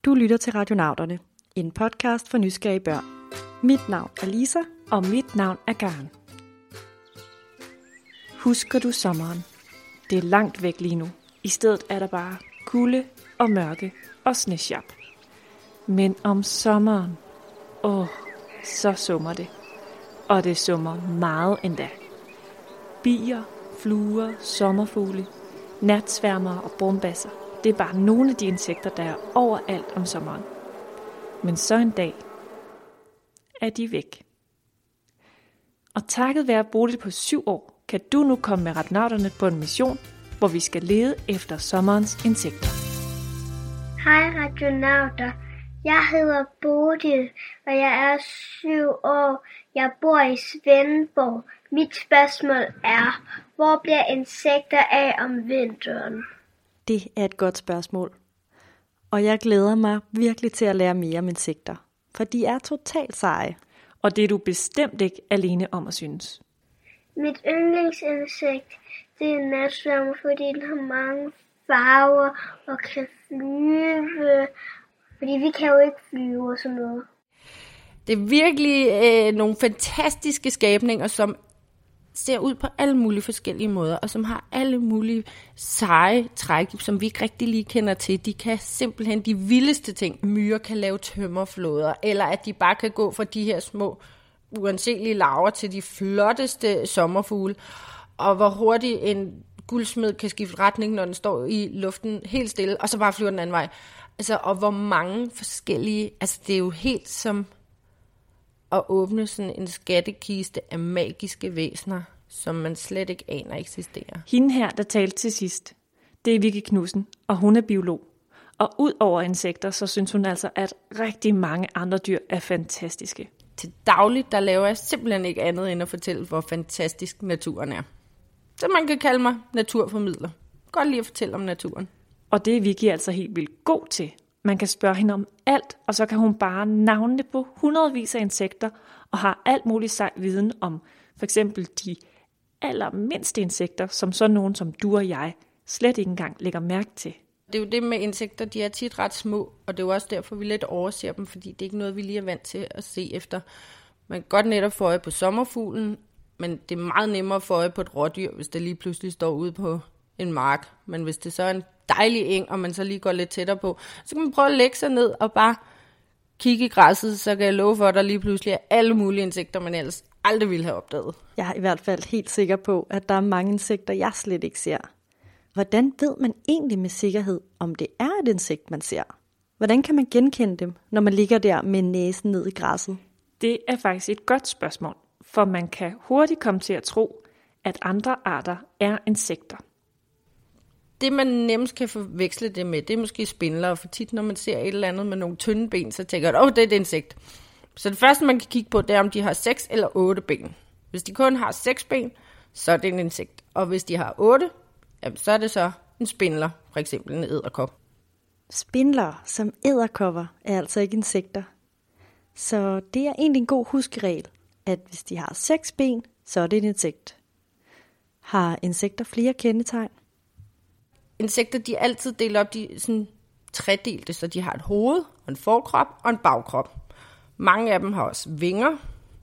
Du lytter til Radionauterne, en podcast for nysgerrige børn. Mit navn er Lisa, og mit navn er Karen. Husker du sommeren? Det er langt væk lige nu. I stedet er der bare kulde og mørke og snesjap. Men om sommeren, så summer det. Og det summer meget endda. Bier, fluer, sommerfugle, natsværmere og brumbasser. Det er bare nogle af de insekter, der er overalt om sommeren. Men så en dag er de væk. Og takket være Bodil på 7 år, kan du nu komme med Radionauterne på en mission, hvor vi skal lede efter sommerens insekter. Hej Radionauter, jeg hedder Bodil, og jeg er 7 år. Jeg bor i Svendborg. Mit spørgsmål er, hvor bliver insekter af om vinteren? Det er et godt spørgsmål. Og jeg glæder mig virkelig til at lære mere om insekter, for de er totalt seje. Og det er du bestemt ikke alene om at synes. Mit yndlingsinsekt, det er natsværmer, fordi den har mange farver og kan flyve. Fordi vi kan jo ikke flyve og sådan noget. Det er virkelig nogle fantastiske skabninger, som ser ud på alle mulige forskellige måder, og som har alle mulige seje træk, som vi ikke rigtig lige kender til. De kan simpelthen de vildeste ting. Myrer kan lave tømmerflåder, eller at de bare kan gå fra de her små, uanselige larver til de flotteste sommerfugle. Og hvor hurtigt en guldsmed kan skifte retning, når den står i luften helt stille, og så bare flyver den anden vej. Altså, og hvor mange forskellige, altså det er jo helt som at åbne sådan en skattekiste af magiske væsener, som man slet ikke aner eksisterer. Hende her, der talte til sidst, det er Vicky Knudsen, og hun er biolog. Og ud over insekter, så synes hun altså, at rigtig mange andre dyr er fantastiske. Til dagligt, der laver jeg simpelthen ikke andet end at fortælle, hvor fantastisk naturen er. Så man kan kalde mig naturformidler. Godt lige at fortælle om naturen. Og det er Vicky altså helt vildt god til. Man kan spørge hende om alt, og så kan hun bare navne på hundredvis af insekter, og har alt muligt sej viden om for eksempel de allermindste insekter, som sådan nogen som du og jeg slet ikke engang lægger mærke til. Det er jo det med insekter, de er tit ret små, og det er jo også derfor, vi lidt overser dem, fordi det er ikke noget, vi lige er vant til at se efter. Man kan godt netop få øje på sommerfuglen, men det er meget nemmere at få øje på et rådyr, hvis det lige pludselig står ude på en mark. Men hvis det så er en dejlig eng, og man så lige går lidt tættere på, så kan man prøve at lægge sig ned og bare kigge i græsset, så kan jeg love for, at der lige pludselig er alle mulige insekter, man ellers aldrig ville have opdaget. Jeg er i hvert fald helt sikker på, at der er mange insekter, jeg slet ikke ser. Hvordan ved man egentlig med sikkerhed, om det er et insekt, man ser? Hvordan kan man genkende dem, når man ligger der med næsen ned i græsset? Det er faktisk et godt spørgsmål, for man kan hurtigt komme til at tro, at andre arter er insekter. Det, man nemmest kan forveksle det med, det er måske spindler, for tit, når man ser et eller andet med nogle tynde ben, så tænker man, det er et insekt. Så det første, man kan kigge på, det er, om de har 6 eller 8 ben. Hvis de kun har 6 ben, så er det en insekt. Og hvis de har 8, så er det så en spindler, for eksempel en edderkop. Spindler som edderkopper er altså ikke insekter. Så det er egentlig en god huskeregel, at hvis de har 6 ben, så er det et insekt. Har insekter flere kendetegn? Insekter, de er altid delt op, de er sådan tredelte, så de har et hoved, og en forkrop og en bagkrop. Mange af dem har også vinger.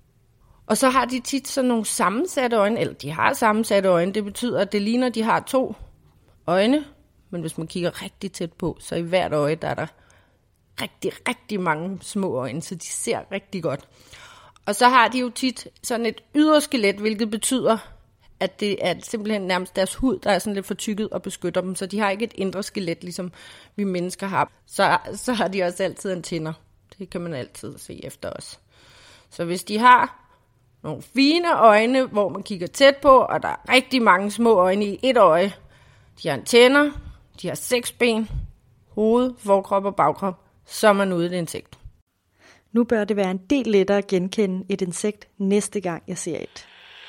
Og så har de tit sådan nogle sammensatte øjne, eller de har sammensatte øjne. Det betyder, at det ligner, at de har 2 øjne. Men hvis man kigger rigtig tæt på, så i hvert øje, der er der rigtig, rigtig mange små øjne, så de ser rigtig godt. Og så har de jo tit sådan et ydre skelet, hvilket betyder, at det er simpelthen nærmest deres hud, der er sådan lidt fortykket og beskytter dem, så de har ikke et indre skelet, ligesom vi mennesker har. Så har de også altid antenner. Det kan man altid se efter os. Så hvis de har nogle fine øjne, hvor man kigger tæt på, og der er rigtig mange små øjne i et øje, de har antenner, de har 6 ben, hoved, forkrop og bagkrop, så er man ude i et insekt. Nu bør det være en del lettere at genkende et insekt næste gang jeg ser et.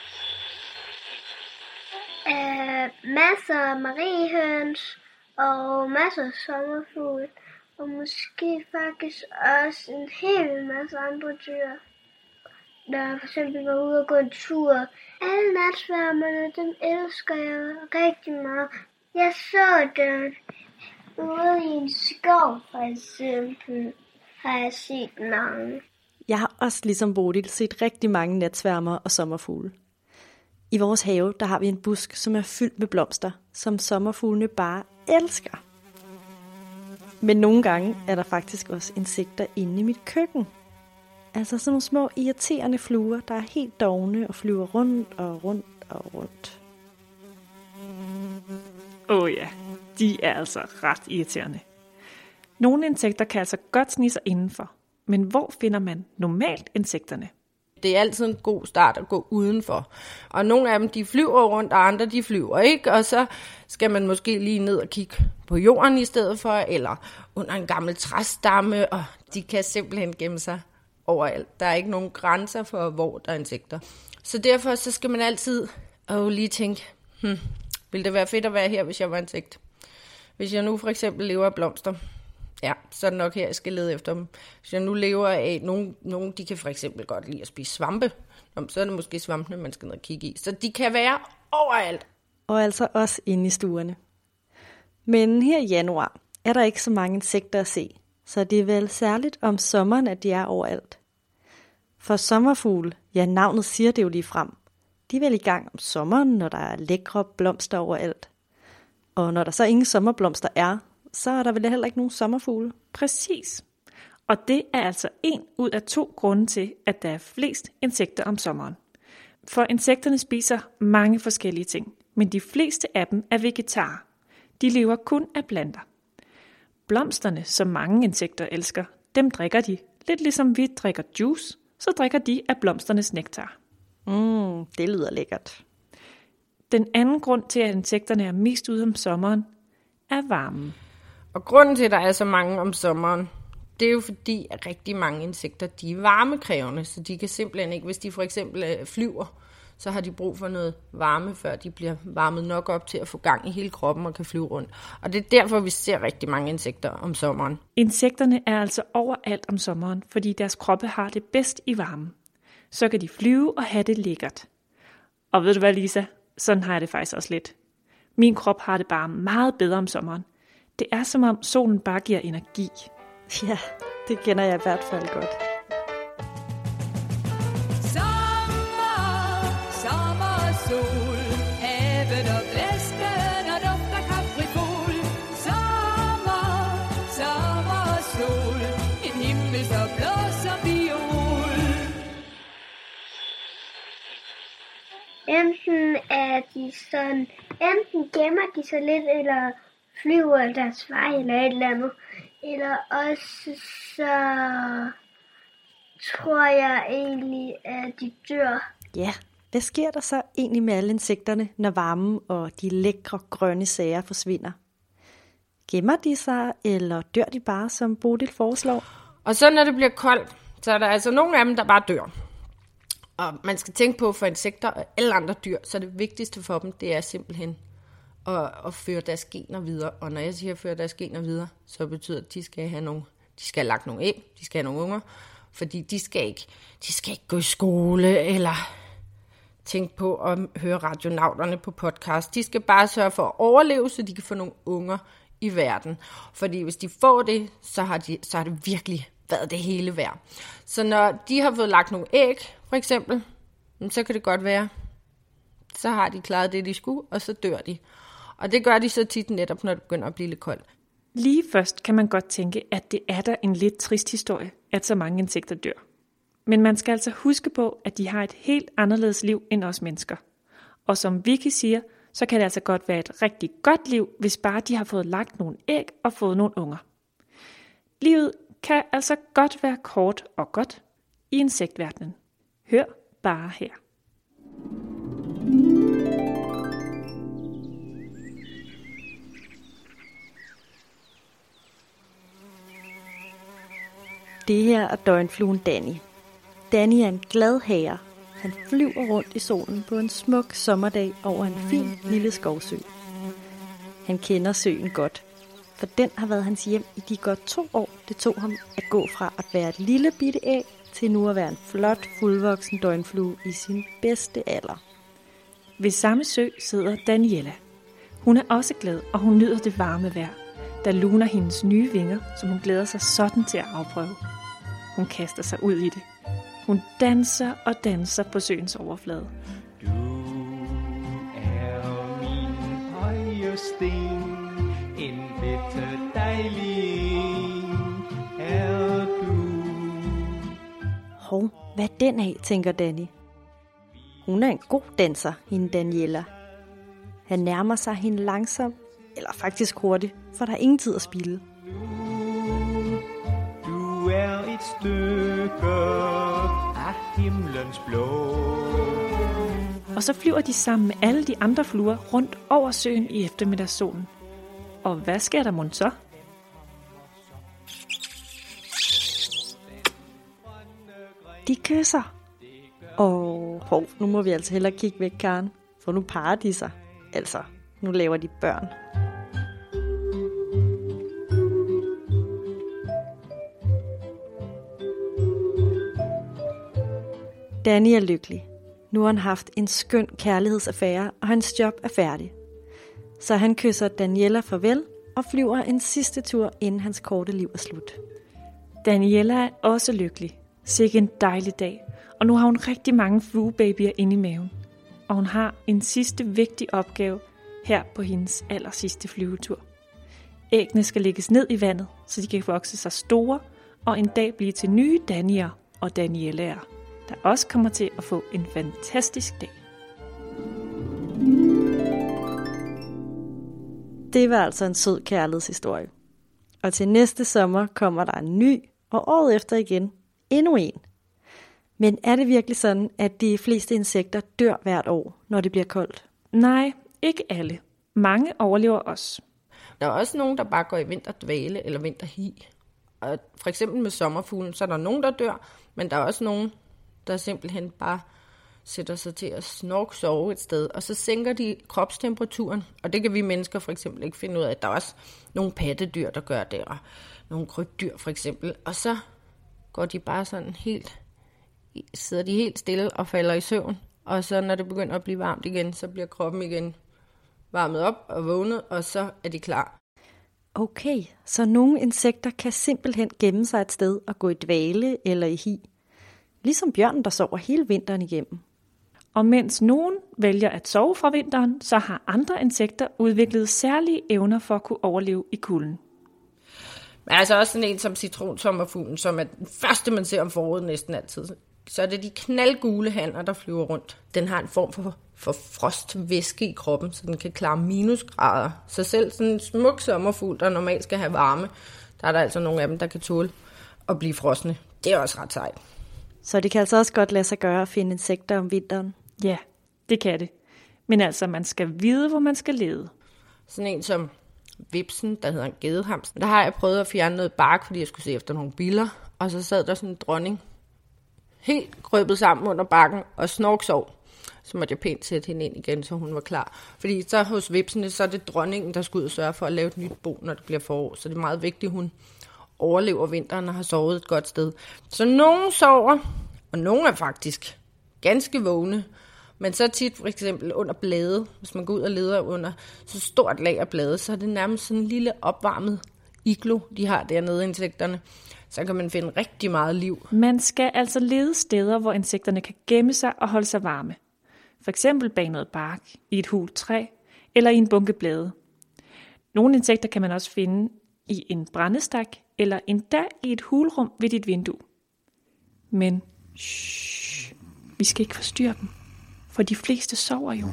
Masser af mariehøns og masser af sommerfugle, og måske faktisk også en hel masse andre dyr, der for eksempel var ude og gå en tur. Alle natsværmerne, dem elsker jeg rigtig meget. Jeg så den Ude i en skov, for eksempel, har jeg set mange. Jeg har også ligesom Bodil set rigtig mange natsværmer og sommerfugle. I vores have, der har vi en busk, som er fyldt med blomster, som sommerfuglene bare elsker. Men nogle gange er der faktisk også insekter inde i mit køkken. Altså sådan nogle små irriterende fluer, der er helt dovne og flyver rundt og rundt og rundt. Ja, de er altså ret irriterende. Nogle insekter kan altså godt snige sig indenfor, men hvor finder man normalt insekterne? Det er altid en god start at gå udenfor. Og nogle af dem, de flyver rundt, og andre, de flyver ikke. Og så skal man måske lige ned og kigge på jorden i stedet for, eller under en gammel træstamme, og de kan simpelthen gemme sig overalt. Der er ikke nogen grænser for, hvor der er insekter. Så derfor så skal man altid lige tænke, ville det være fedt at være her, hvis jeg var insekt? Hvis jeg nu for eksempel lever af blomster, ja, så er det nok her, jeg skal lede efter dem. Hvis jeg nu lever af nogen, de kan for eksempel godt lide at spise svampe, så er det måske svampene, man skal ned og kigge i. Så de kan være overalt. Og altså også inde i stuerne. Men her i januar er der ikke så mange insekter at se, så det er vel særligt om sommeren, at de er overalt. For sommerfugle, ja, navnet siger det jo lige frem. De er vel i gang om sommeren, når der er lækre blomster overalt. Og når der så ingen sommerblomster er, så er der vel heller ikke nogen sommerfugle. Præcis. Og det er altså 1 ud af 2 grunde til, at der er flest insekter om sommeren. For insekterne spiser mange forskellige ting, men de fleste af dem er vegetarer. De lever kun af planter. Blomsterne, som mange insekter elsker, dem drikker de. Lidt ligesom vi drikker juice, så drikker de af blomsternes nektar. Det lyder lækkert. Den anden grund til, at insekterne er mest ude om sommeren, er varmen. Og grunden til, at der er så mange om sommeren, det er jo fordi, at rigtig mange insekter, de er varmekrævende, så de kan simpelthen ikke, hvis de for eksempel flyver, så har de brug for noget varme, før de bliver varmet nok op til at få gang i hele kroppen og kan flyve rundt. Og det er derfor, vi ser rigtig mange insekter om sommeren. Insekterne er altså overalt om sommeren, fordi deres kroppe har det bedst i varmen. Så kan de flyve og have det lækkert. Og ved du hvad, Lisa? Sådan har jeg det faktisk også lidt. Min krop har det bare meget bedre om sommeren. Det er som om solen bare giver energi. Ja, det kender jeg i hvert fald godt. Sommersol, havet og blæsten og duft af kaprifol. Sommersol, en himmel så blå som viol. Enten gemmer de sig lidt, eller flyver deres vej, eller et eller andet. Eller også så tror jeg egentlig, at de dør. Ja, hvad sker der så egentlig med alle insekterne, når varmen og de lækre grønne sager forsvinder? Gemmer de sig, eller dør de bare, som Bodil foreslår? Og så når det bliver koldt, så er der altså nogle af dem, der bare dør. Og man skal tænke på, for insekter og alle andre dyr, så det vigtigste for dem, det er simpelthen at føre deres gener videre. Og når jeg siger føre deres gener videre, så betyder det, at de skal have lagt nogle æg, de skal have nogle unger, fordi de skal ikke gå i skole eller tænke på at høre radionauterne på podcast. De skal bare sørge for at overleve, så de kan få nogle unger i verden. Fordi hvis de får det, så har det virkelig været det hele værd. Så når de har fået lagt nogle æg, for eksempel, så kan det godt være, så har de klaret det, de skulle, og så dør de. Og det gør de så tit netop, når det begynder at blive lidt koldt. Lige først kan man godt tænke, at det er da en lidt trist historie, at så mange insekter dør. Men man skal altså huske på, at de har et helt anderledes liv end os mennesker. Og som Vicky siger, så kan det altså godt være et rigtig godt liv, hvis bare de har fået lagt nogle æg og fået nogle unger. Livet kan altså godt være kort og godt i insektverdenen. Hør bare her. Det her er døgnfluen Danny. Danny er en glad herre. Han flyver rundt i solen på en smuk sommerdag over en fin lille skovsø. Han kender søen godt, for den har været hans hjem i de godt 2 år, det tog ham at gå fra at være et lille bitte æg til nu at være en flot, fuldvoksen døgnflue i sin bedste alder. Ved samme sø sidder Daniela. Hun er også glad, og hun nyder det varme vejr. der luner hendes nye vinger, som hun glæder sig sådan til at afprøve. Hun kaster sig ud i det. Hun danser og danser på søens overflade. Du er min højesten, en bitte dejlig er du. Hov, hvad er den af, tænker Danny. Hun er en god danser, hende Daniela. Han nærmer sig hende langsomt, eller faktisk hurtigt, for der er ingen tid at spilde. Du er et stykke af himlens blå. Og så flyver de sammen med alle de andre fluer rundt over søen i eftermiddagssolen. Og hvad sker der mon så? De kysser. Hov, nu må vi altså hellere kigge væk, Karen. For nu parer de sig. Altså, nu laver de børn. Danny er lykkelig. Nu har han haft en skøn kærlighedsaffære, og hans job er færdig. Så han kysser Daniela farvel og flyver en sidste tur, inden hans korte liv er slut. Daniela er også lykkelig. Sikke en dejlig dag. Og nu har hun rigtig mange fluebabyer inde i maven. Og hun har en sidste vigtig opgave her på hendes allersidste flyvetur. Æggene skal lægges ned i vandet, så de kan vokse sig store og en dag blive til nye Danier og Danielaer, der også kommer til at få en fantastisk dag. Det var altså en sød kærlighedshistorie. Og til næste sommer kommer der en ny, og året efter igen endnu en. Men er det virkelig sådan, at de fleste insekter dør hvert år, når det bliver koldt? Nej, ikke alle. Mange overlever også. Der er også nogen, der bare går i vinterdvale eller vinterhi. Og for eksempel med sommerfuglen, så er der nogen, der dør, men der er også nogen, der simpelthen bare sætter sig til at sove et sted, og så sænker de kropstemperaturen, og det kan vi mennesker for eksempel ikke finde ud af. Der er også nogle pattedyr, der gør det, og nogle krybdyr for eksempel, og så går de bare sådan sidder de helt stille og falder i søvn, og så når det begynder at blive varmt igen, så bliver kroppen igen varmet op og vågnet, og så er de klar. Okay, så nogle insekter kan simpelthen gemme sig et sted og gå i dvale eller i hi. Ligesom bjørnen, der sover hele vinteren igennem. Og mens nogen vælger at sove fra vinteren, så har andre insekter udviklet særlige evner for at kunne overleve i kulden. Men altså også sådan en som citronsommerfuglen, som er den første, man ser om foråret næsten altid. Så er det de knaldgule hanner, der flyver rundt. Den har en form for frostvæske i kroppen, så den kan klare minusgrader. Så selv sådan en smuk sommerfugl, der normalt skal have varme, der er der altså nogle af dem, der kan tåle at blive frosne. Det er også ret sejt. Så det kan altså også godt lade sig gøre at finde insekter om vinteren? Ja, det kan det. Men altså, man skal vide, hvor man skal lede. Sådan en som vipsen, der hedder en gedehamster. Der har jeg prøvet at fjerne noget bark, fordi jeg skulle se efter nogle biller. Og så sad der sådan en dronning, helt krøbet sammen under bakken og snorksov. Så måtte jeg pænt sætte hende ind igen, så hun var klar. Fordi så hos vipsene, så er det dronningen, der skal ud og sørge for at lave et nyt bo, når det bliver forår. Så det er meget vigtigt, at hun overlever vinteren og har sovet et godt sted. Så nogen sover, og nogen er faktisk ganske vågne. Men så tit for eksempel under blade, hvis man går ud og leder under så stort lag af blade, så er det nærmest sådan en lille opvarmet iglo, de har dernede, insekterne. Så kan man finde rigtig meget liv. Man skal altså lede steder, hvor insekterne kan gemme sig og holde sig varme. For eksempel bag noget bark, i et hult træ eller i en bunke blade. Nogle insekter kan man også finde i en brændestak eller endda i et hulrum ved dit vindue. Men vi skal ikke forstyrre dem, for de fleste sover jo.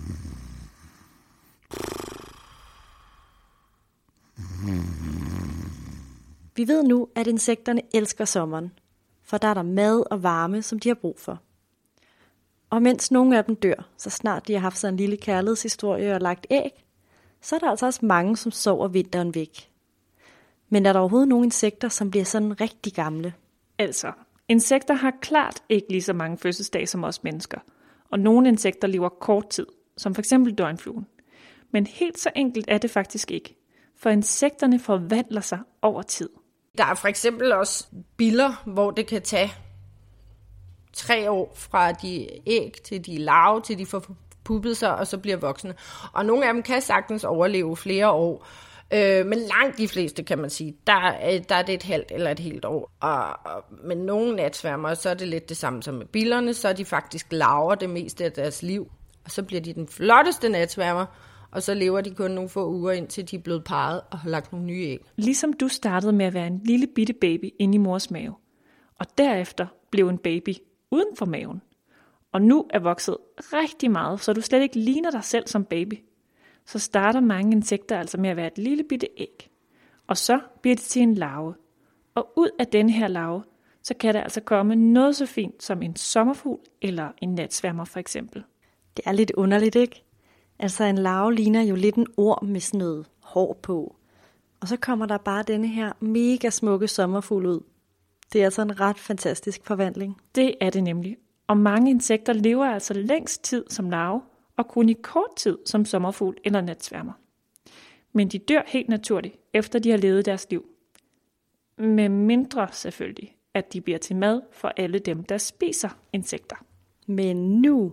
Vi ved nu, at insekterne elsker sommeren, for der er der mad og varme, som de har brug for. Og mens nogle af dem dør, så snart de har haft sig en lille kærlighedshistorie og lagt æg, så er der altså også mange, som sover vinteren væk. Men er der overhovedet nogle insekter, som bliver sådan rigtig gamle? Altså, insekter har klart ikke lige så mange fødselsdage som os mennesker. Og nogle insekter lever kort tid, som f.eks. døgnfluen. Men helt så enkelt er det faktisk ikke, for insekterne forvandler sig over tid. Der er for eksempel også biller, hvor det kan tage 3 år fra de æg til de larve, til de får puppet sig og så bliver voksne. Og nogle af dem kan sagtens overleve flere år. Men langt de fleste, kan man sige, der er det et halvt eller et helt år. Og med nogle natsværmer, så er det lidt det samme som med billerne, så er de faktisk larver det meste af deres liv. Og så bliver de den flotteste natsværmer, og så lever de kun nogle få uger, indtil de er blevet parret og har lagt nogle nye æg. Ligesom du startede med at være en lille bitte baby inde i mors mave, og derefter blev en baby uden for maven, og nu er vokset rigtig meget, så du slet ikke ligner dig selv som baby, så starter mange insekter altså med at være et lille bitte æg, og så bliver det til en larve. Og ud af denne her larve, så kan der altså komme noget så fint som en sommerfugl eller en natsværmer for eksempel. Det er lidt underligt, ikke? Altså en larve ligner jo lidt en orm med sådan noget hår på. Og så kommer der bare denne her mega smukke sommerfugl ud. Det er altså en ret fantastisk forvandling. Det er det nemlig. Og mange insekter lever altså længst tid som larve, og kun i kort tid som sommerfugl eller natsværmer. Men de dør helt naturligt, efter de har levet deres liv. Med mindre selvfølgelig, at de bliver til mad for alle dem, der spiser insekter. Men nu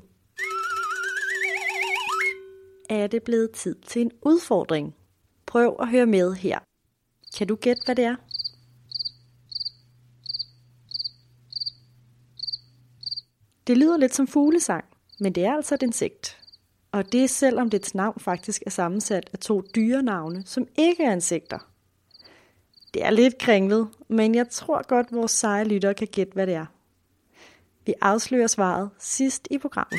er det blevet tid til en udfordring. Prøv at høre med her. Kan du gætte, hvad det er? Det lyder lidt som fuglesang, men det er altså et insekt. Og det er selvom dets navn faktisk er sammensat af 2 dyrenavne, som ikke er insekter. Det er lidt kringlet, men jeg tror godt, vores seje lyttere kan gætte, hvad det er. Vi afslører svaret sidst i programmet.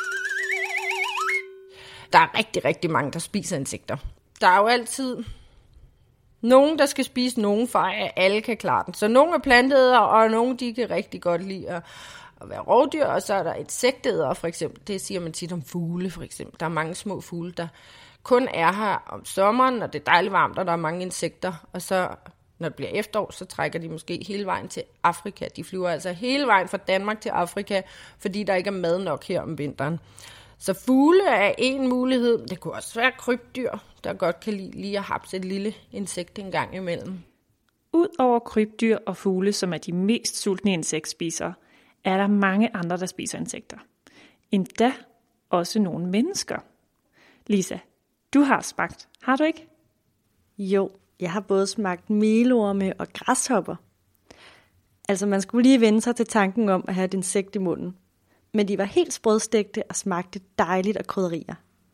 Der er rigtig, rigtig mange, der spiser insekter. Der er jo altid nogen, der skal spise nogen, for at alle kan klare den. Så nogle er plantædere, og nogle de kan rigtig godt lide at være rovdyr, og så er der insektædere for eksempel. Det siger man tit om fugle for eksempel. Der er mange små fugle, der kun er her om sommeren, og det er dejligt varmt, og der er mange insekter. Og så, når det bliver efterår, så trækker de måske hele vejen til Afrika. De flyver altså hele vejen fra Danmark til Afrika, fordi der ikke er mad nok her om vinteren. Så fugle er en mulighed. Det kunne også være krybdyr, der godt kan lide lige at hapse et lille insekt en gang imellem. Udover krybdyr og fugle, som er de mest sultne insektspisere, er der mange andre, der spiser insekter. Endda også nogle mennesker. Lisa, du har smagt, har du ikke? Jo, jeg har både smagt melorme og græshopper. Altså man skulle lige vende sig til tanken om at have et insekt i munden. Men de var helt sprødstegte og smagte dejligt af krydderier.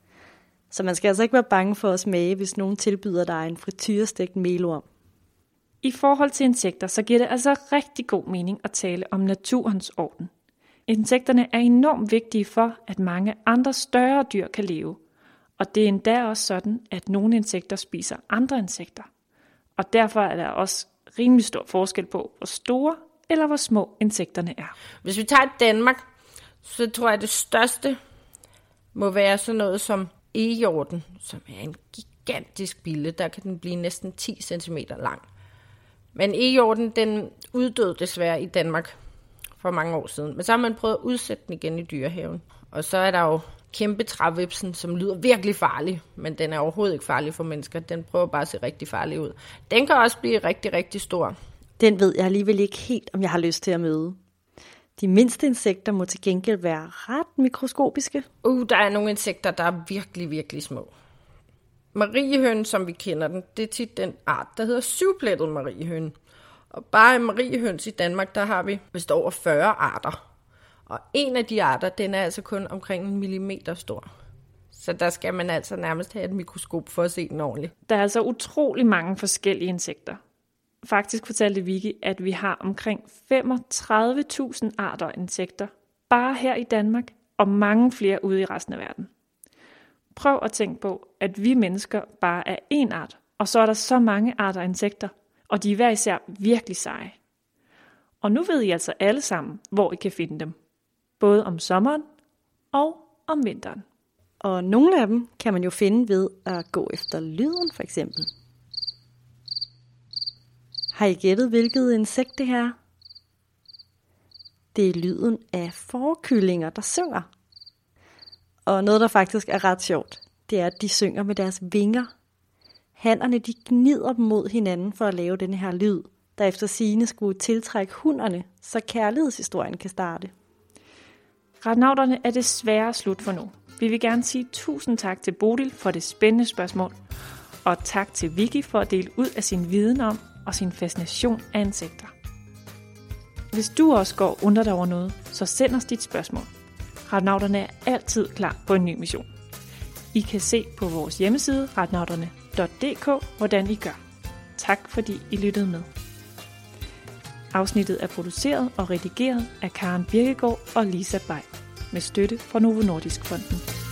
Så man skal altså ikke være bange for at smage, hvis nogen tilbyder dig en frityrestegt melorm. I forhold til insekter, så giver det altså rigtig god mening at tale om naturens orden. Insekterne er enormt vigtige for, at mange andre større dyr kan leve. Og det er endda også sådan, at nogle insekter spiser andre insekter. Og derfor er der også rimelig stor forskel på, hvor store eller hvor små insekterne er. Hvis vi tager Danmark, så tror jeg, at det største må være sådan noget som egehjorten, som er en gigantisk bille. Der kan den blive næsten 10 cm lang. Men egehjorten, den uddøde desværre i Danmark for mange år siden. Men så har man prøvet at udsætte den igen i dyrehaven. Og så er der jo kæmpe trævipsen, som lyder virkelig farlig, men den er overhovedet ikke farlig for mennesker. Den prøver bare at se rigtig farlig ud. Den kan også blive rigtig, rigtig stor. Den ved jeg alligevel ikke helt, om jeg har lyst til at møde. De mindste insekter må til gengæld være ret mikroskopiske. Der er nogle insekter, der er virkelig, virkelig små. Mariehønen, som vi kender den, det er tit den art, der hedder syvplettet mariehøne. Og bare i mariehøns i Danmark, der har vi vist over 40 arter. Og en af de arter, den er altså kun omkring 1 millimeter stor. Så der skal man altså nærmest have et mikroskop for at se den ordentligt. Der er altså utrolig mange forskellige insekter. Faktisk fortalte Vicky, at vi har omkring 35.000 arter insekter, bare her i Danmark, og mange flere ude i resten af verden. Prøv at tænke på, at vi mennesker bare er én art, og så er der så mange arter insekter, og de er hver især virkelig seje. Og nu ved I altså alle sammen, hvor I kan finde dem. Både om sommeren og om vinteren. Og nogle af dem kan man jo finde ved at gå efter lyden for eksempel. Har I gættet, hvilket insekt det her? Det er lyden af fårekyllinger, der synger. Og noget, der faktisk er ret sjovt, det er, at de synger med deres vinger. Hannerne, de gnider dem mod hinanden for at lave denne her lyd, der efter sigende skulle tiltrække hunnerne, så kærlighedshistorien kan starte. Radnauterne er desværre slut for nu. Vi vil gerne sige tusind tak til Bodil for det spændende spørgsmål. Og tak til Vicky for at dele ud af sin viden om og sin fascination af insekter. Hvis du også går og undrer dig over noget, så send os dit spørgsmål. Radnauterne er altid klar på en ny mission. I kan se på vores hjemmeside radnauterne.dk, hvordan I gør. Tak fordi I lyttede med. Afsnittet er produceret og redigeret af Karen Birkegaard og Lisa Bay med støtte fra Novo Nordisk Fonden.